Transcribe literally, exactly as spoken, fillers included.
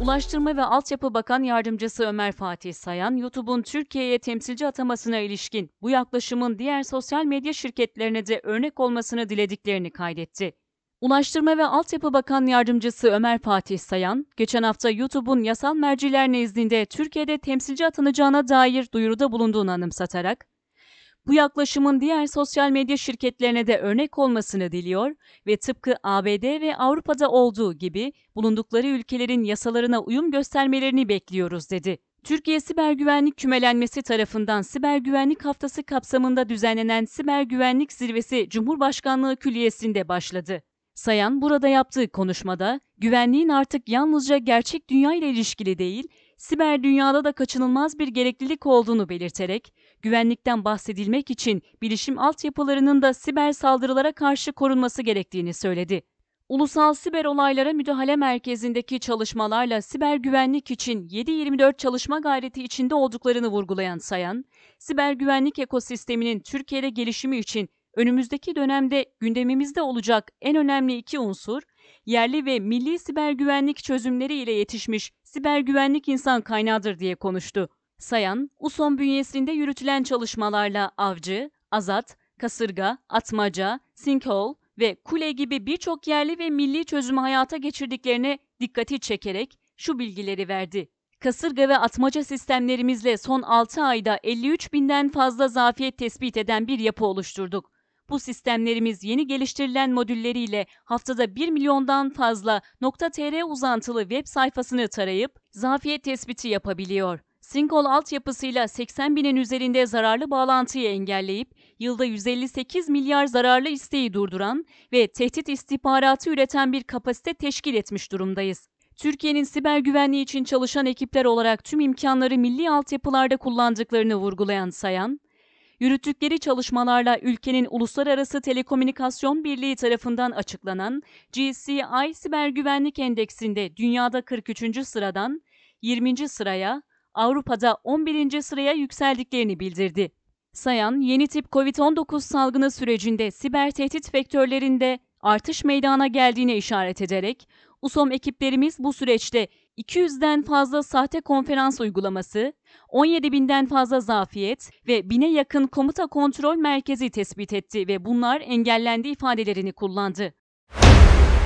Ulaştırma ve Altyapı Bakan Yardımcısı Ömer Fatih Sayan, YouTube'un Türkiye'ye temsilci atamasına ilişkin bu yaklaşımın diğer sosyal medya şirketlerine de örnek olmasını dilediklerini kaydetti. Ulaştırma ve Altyapı Bakan Yardımcısı Ömer Fatih Sayan, geçen hafta YouTube'un yasal merciler nezdinde Türkiye'de temsilci atanacağına dair duyuruda bulunduğunu anımsatarak, bu yaklaşımın diğer sosyal medya şirketlerine de örnek olmasını diliyor ve tıpkı A B D ve Avrupa'da olduğu gibi bulundukları ülkelerin yasalarına uyum göstermelerini bekliyoruz, dedi. Türkiye Siber Güvenlik Kümelenmesi tarafından Siber Güvenlik Haftası kapsamında düzenlenen Siber Güvenlik Zirvesi Cumhurbaşkanlığı Külliyesi'nde başladı. Sayan burada yaptığı konuşmada, güvenliğin artık yalnızca gerçek dünya ile ilişkili değil, siber dünyada da kaçınılmaz bir gereklilik olduğunu belirterek, güvenlikten bahsedilmek için bilişim altyapılarının da siber saldırılara karşı korunması gerektiğini söyledi. Ulusal Siber Olaylara Müdahale Merkezi'ndeki çalışmalarla siber güvenlik için yedi yirmi dört çalışma gayreti içinde olduklarını vurgulayan Sayan, siber güvenlik ekosisteminin Türkiye'de gelişimi için önümüzdeki dönemde gündemimizde olacak en önemli iki unsur, yerli ve milli siber güvenlik çözümleri ile yetişmiş siber güvenlik insan kaynağıdır diye konuştu. Sayan, U S O M bünyesinde yürütülen çalışmalarla Avcı, Azat, Kasırga, Atmaca, Sinkhole ve Kule gibi birçok yerli ve milli çözümü hayata geçirdiklerine dikkati çekerek şu bilgileri verdi. Kasırga ve atmaca sistemlerimizle son altı ayda elli üç binden fazla zafiyet tespit eden bir yapı oluşturduk. Bu sistemlerimiz yeni geliştirilen modülleriyle haftada bir milyondan fazla .tr uzantılı web sayfasını tarayıp zafiyet tespiti yapabiliyor. Sinkhole altyapısıyla seksen binin üzerinde zararlı bağlantıyı engelleyip yılda yüz elli sekiz milyar zararlı isteği durduran ve tehdit istihbaratı üreten bir kapasite teşkil etmiş durumdayız. Türkiye'nin siber güvenliği için çalışan ekipler olarak tüm imkanları milli altyapılarda kullandıklarını vurgulayan Sayan, yürüttükleri çalışmalarla ülkenin Uluslararası Telekomünikasyon Birliği tarafından açıklanan G C I Siber Güvenlik Endeksinde dünyada kırk üçüncü sıradan yirminci sıraya, Avrupa'da on birinci sıraya yükseldiklerini bildirdi. Sayan, yeni tip kovid on dokuz salgını sürecinde siber tehdit vektörlerinde artış meydana geldiğine işaret ederek, U S O M ekiplerimiz bu süreçte iki yüzden fazla sahte konferans uygulaması, on yedi binden fazla zafiyet ve bine yakın komuta kontrol merkezi tespit etti ve bunlar engellendi ifadelerini kullandı.